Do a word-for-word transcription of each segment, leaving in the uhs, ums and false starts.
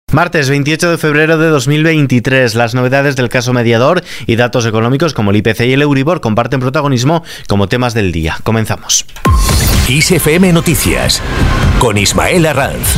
Martes veintiocho de febrero de dos mil veintitrés, las novedades del caso mediador y datos económicos como el I P C y el Euribor comparten protagonismo como temas del día. Comenzamos. I S F M Noticias con Ismael Arranz.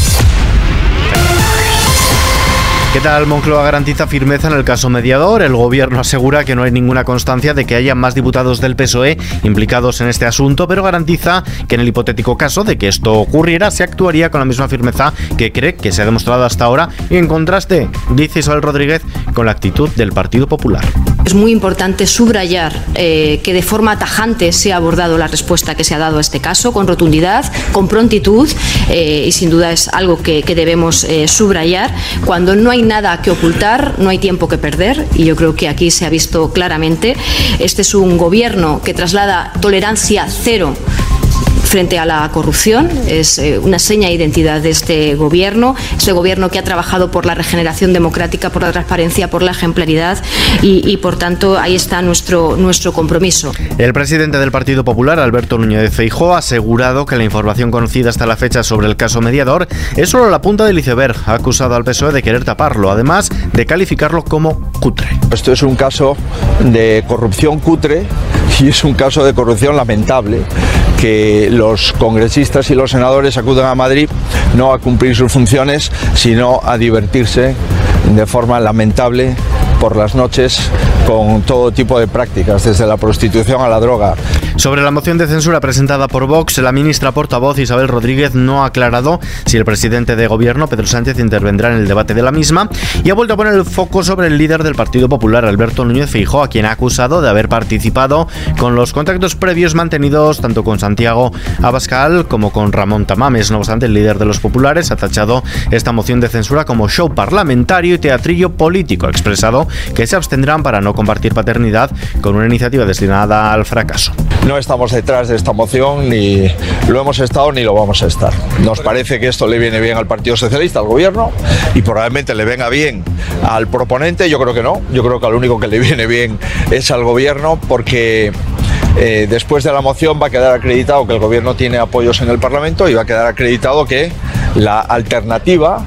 ¿Qué tal? Moncloa garantiza firmeza en el caso mediador. El gobierno asegura que no hay ninguna constancia de que haya más diputados del P S O E implicados en este asunto, pero garantiza que en el hipotético caso de que esto ocurriera, se actuaría con la misma firmeza que cree que se ha demostrado hasta ahora, y en contraste, dice Isabel Rodríguez, con la actitud del Partido Popular. Es muy importante subrayar eh, que de forma tajante se ha abordado la respuesta que se ha dado a este caso, con rotundidad, con prontitud, eh, y sin duda es algo que, que debemos eh, subrayar. Cuando no hay nada que ocultar, no hay tiempo que perder, y yo creo que aquí se ha visto claramente. Este es un gobierno que traslada tolerancia cero frente a la corrupción, es eh, una seña de identidad de este gobierno, este gobierno que ha trabajado por la regeneración democrática, por la transparencia, por la ejemplaridad y, y por tanto ahí está nuestro, nuestro compromiso. El presidente del Partido Popular, Alberto Núñez Feijóo, ha asegurado que la información conocida hasta la fecha sobre el caso mediador es solo la punta del iceberg. Ha acusado al P S O E de querer taparlo, además de calificarlo como cutre. Esto es un caso de corrupción cutre y es un caso de corrupción lamentable, que los congresistas y los senadores acuden a Madrid no a cumplir sus funciones, sino a divertirse de forma lamentable por las noches con todo tipo de prácticas, desde la prostitución a la droga. Sobre la moción de censura presentada por Vox, la ministra portavoz Isabel Rodríguez no ha aclarado si el presidente de gobierno, Pedro Sánchez, intervendrá en el debate de la misma, y ha vuelto a poner el foco sobre el líder del Partido Popular, Alberto Núñez Feijóo, a quien ha acusado de haber participado con los contactos previos mantenidos tanto con Santiago Abascal como con Ramón Tamames. No obstante, el líder de los populares ha tachado esta moción de censura como show parlamentario y teatrillo político. Ha expresado que se abstendrán para no compartir paternidad con una iniciativa destinada al fracaso. No estamos detrás de esta moción, ni lo hemos estado ni lo vamos a estar. Nos parece que esto le viene bien al Partido Socialista, al gobierno, y probablemente le venga bien al proponente. Yo creo que no, yo creo que al único que le viene bien es al gobierno, porque eh, después de la moción va a quedar acreditado que el gobierno tiene apoyos en el Parlamento y va a quedar acreditado que la alternativa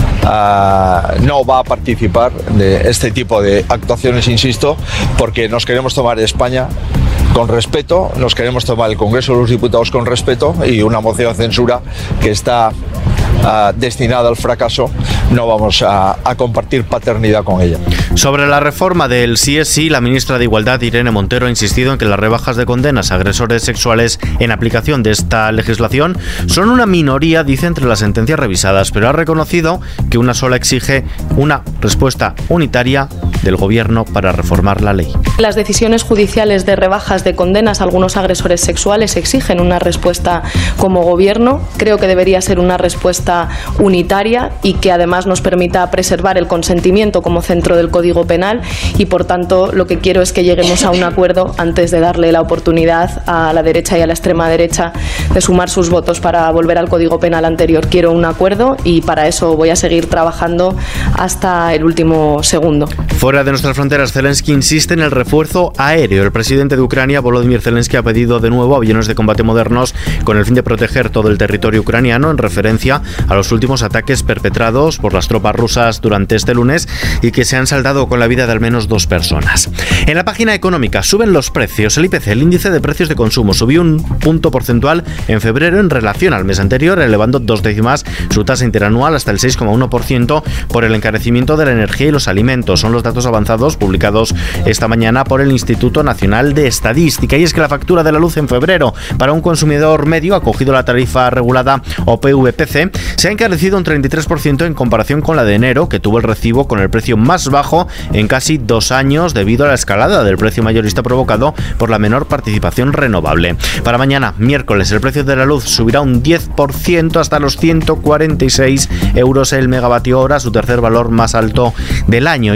Uh, no va a participar de este tipo de actuaciones, insisto, porque nos queremos tomar España con respeto, nos queremos tomar el Congreso de los Diputados con respeto, y una moción de censura que está uh, destinada al fracaso no vamos a, a compartir paternidad con ella. Sobre la reforma del sí es sí, la ministra de Igualdad, Irene Montero, ha insistido en que las rebajas de condenas a agresores sexuales en aplicación de esta legislación son una minoría, dice, entre las sentencias revisadas, pero ha reconocido que una sola exige una respuesta unitaria del gobierno para reformar la ley. Las decisiones judiciales de rebajas de condenas a algunos agresores sexuales exigen una respuesta como gobierno. Creo que debería ser una respuesta unitaria y que además nos permita preservar el consentimiento como centro del Código Penal, y por tanto lo que quiero es que lleguemos a un acuerdo antes de darle la oportunidad a la derecha y a la extrema derecha de sumar sus votos para volver al Código Penal anterior. Quiero un acuerdo y para eso voy a seguir trabajando hasta el último segundo. Fuera de nuestras fronteras, Zelensky insiste en el refuerzo aéreo. El presidente de Ucrania, Volodymyr Zelensky, ha pedido de nuevo aviones de combate modernos con el fin de proteger todo el territorio ucraniano, en referencia a los últimos ataques perpetrados por las tropas rusas durante este lunes y que se han saldado con la vida de al menos dos personas. En la página económica, suben los precios. El I P C, el índice de precios de consumo, subió un punto porcentual en febrero en relación al mes anterior, elevando dos décimas su tasa interanual hasta el seis coma uno por ciento por el encarecimiento de la energía y los alimentos. Son los datos avanzados publicados esta mañana por el Instituto Nacional de Estadística. Y es que la factura de la luz en febrero para un consumidor medio, acogido a la tarifa regulada o P V P C, se ha encarecido un treinta y tres por ciento en comparación con la de enero, que tuvo el recibo con el precio más bajo en casi dos años debido a la escalada del precio mayorista provocado por la menor participación renovable. Para mañana, miércoles, el precio de la luz subirá un diez por ciento hasta los ciento cuarenta y seis euros el megavatio hora, su tercer valor más alto del año. Y atención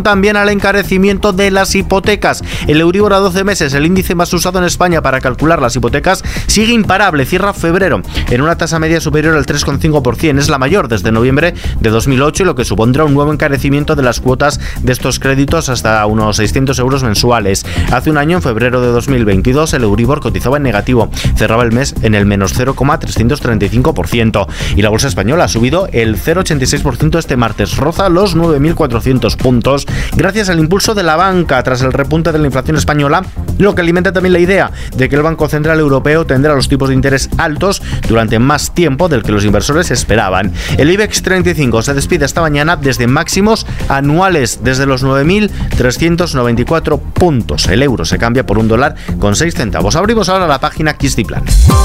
también al encarecimiento de las hipotecas. El Euribor a doce meses, el índice más usado en España para calcular las hipotecas, sigue imparable. Cierra febrero en una tasa media superior al tres coma cinco por ciento. Es la mayor desde noviembre de dos mil ocho, lo que supondrá un nuevo encarecimiento de las cuotas de estos créditos hasta unos seiscientos euros mensuales. Hace un año, en febrero de dos mil veintidós, el Euribor cotizaba en negativo. Cerraba el mes en el menos cero coma trescientos treinta y cinco por ciento. Y la bolsa española ha subido el cero coma ochenta y seis por ciento este martes. Roza los nueve mil cuatrocientos puntos gracias al impulso de la banca tras el repunte de la inflación española, lo que alimenta también la idea de que el Banco Central Europeo tendrá los tipos de interés altos durante más tiempo del que los inversores esperaban. El IBEX treinta y cinco se despide esta mañana desde máximos anuales, desde los nueve mil trescientos noventa y cuatro puntos. El euro se cambia por un dólar con seis centavos. Abrimos ahora la página Quistiplan.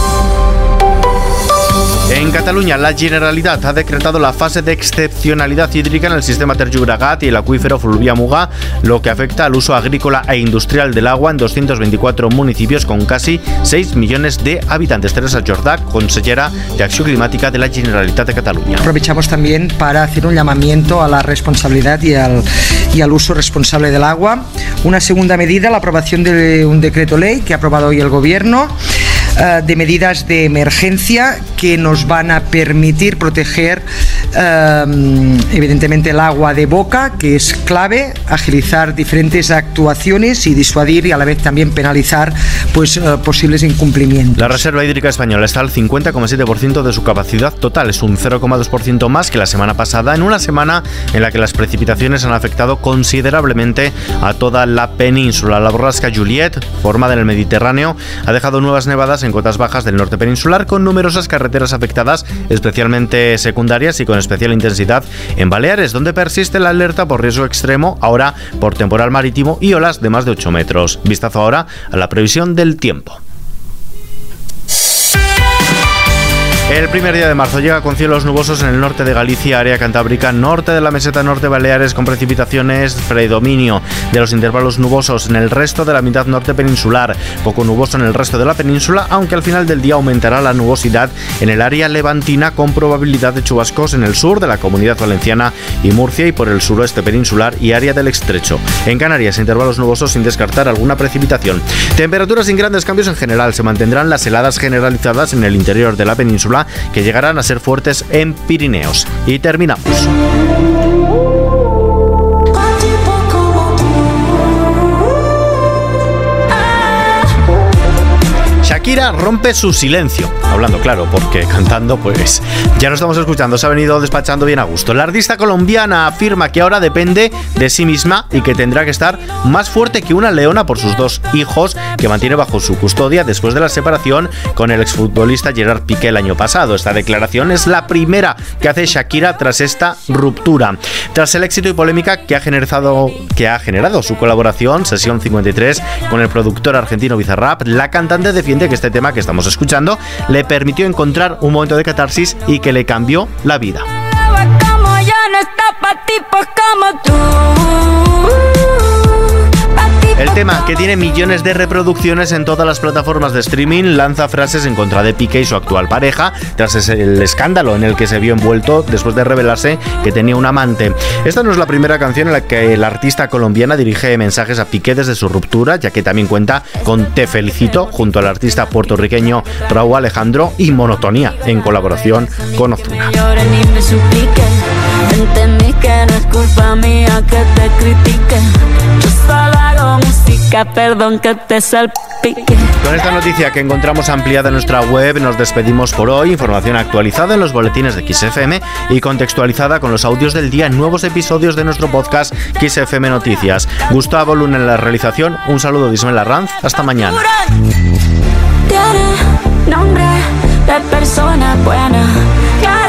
En Cataluña, la Generalitat ha decretado la fase de excepcionalidad hídrica en el sistema Ter Llobregat y el acuífero Fluvià-Muga, lo que afecta al uso agrícola e industrial del agua en doscientos veinticuatro municipios con casi seis millones de habitantes. Teresa Jordà, consellera de Acción Climática de la Generalitat de Cataluña. Aprovechamos también para hacer un llamamiento a la responsabilidad y al, y al uso responsable del agua. Una segunda medida, la aprobación de un decreto ley que ha aprobado hoy el Gobierno, de medidas de emergencia que nos van a permitir proteger eh, evidentemente el agua de boca, que es clave, agilizar diferentes actuaciones y disuadir y a la vez también penalizar pues eh, posibles incumplimientos. La reserva hídrica española está al cincuenta coma siete por ciento de su capacidad total, es un cero coma dos por ciento más que la semana pasada, en una semana en la que las precipitaciones han afectado considerablemente a toda la península. La borrasca Juliet, formada en el Mediterráneo, ha dejado nuevas nevadas en cotas bajas del norte peninsular, con numerosas carreteras afectadas, especialmente secundarias y con especial intensidad en Baleares, donde persiste la alerta por riesgo extremo, ahora por temporal marítimo y olas de más de ocho metros. Vistazo ahora a la previsión del tiempo. El primer día de marzo llega con cielos nubosos en el norte de Galicia, área cantábrica, norte de la meseta norte Baleares, con precipitaciones, predominio de los intervalos nubosos en el resto de la mitad norte peninsular, poco nuboso en el resto de la península, aunque al final del día aumentará la nubosidad en el área levantina, con probabilidad de chubascos en el sur de la Comunidad Valenciana y Murcia y por el suroeste peninsular y área del Estrecho. En Canarias, intervalos nubosos sin descartar alguna precipitación. Temperaturas sin grandes cambios en general, se mantendrán las heladas generalizadas en el interior de la península, que llegarán a ser fuertes en Pirineos. Y terminamos. Shakira rompe su silencio, hablando claro, porque cantando pues ya lo estamos escuchando, se ha venido despachando bien a gusto. La artista colombiana afirma que ahora depende de sí misma y que tendrá que estar más fuerte que una leona por sus dos hijos que mantiene bajo su custodia después de la separación con el exfutbolista Gerard Piqué el año pasado. Esta declaración es la primera que hace Shakira tras esta ruptura. Tras el éxito y polémica que ha generado, que ha generado su colaboración Sesión cincuenta y tres con el productor argentino Bizarrap, la cantante defiende que este tema que estamos escuchando le permitió encontrar un momento de catarsis y que le cambió la vida. El tema, que tiene millones de reproducciones en todas las plataformas de streaming, lanza frases en contra de Piqué y su actual pareja, tras el escándalo en el que se vio envuelto después de revelarse que tenía un amante. Esta no es la primera canción en la que la artista colombiana dirige mensajes a Piqué desde su ruptura, ya que también cuenta con Te Felicito, junto al artista puertorriqueño Raúl Alejandro, y Monotonía, en colaboración con Ozuna. Entendí que no es culpa mía que te critique. Yo solo hago música, perdón que te salpique. Con esta noticia que encontramos ampliada en nuestra web, nos despedimos por hoy. Información actualizada en los boletines de Kiss F M y contextualizada con los audios del día en nuevos episodios de nuestro podcast Kiss F M Noticias. Gustavo Luna en la realización. Un saludo de Ismael Arranz. Hasta mañana. Tiene nombre de persona buena.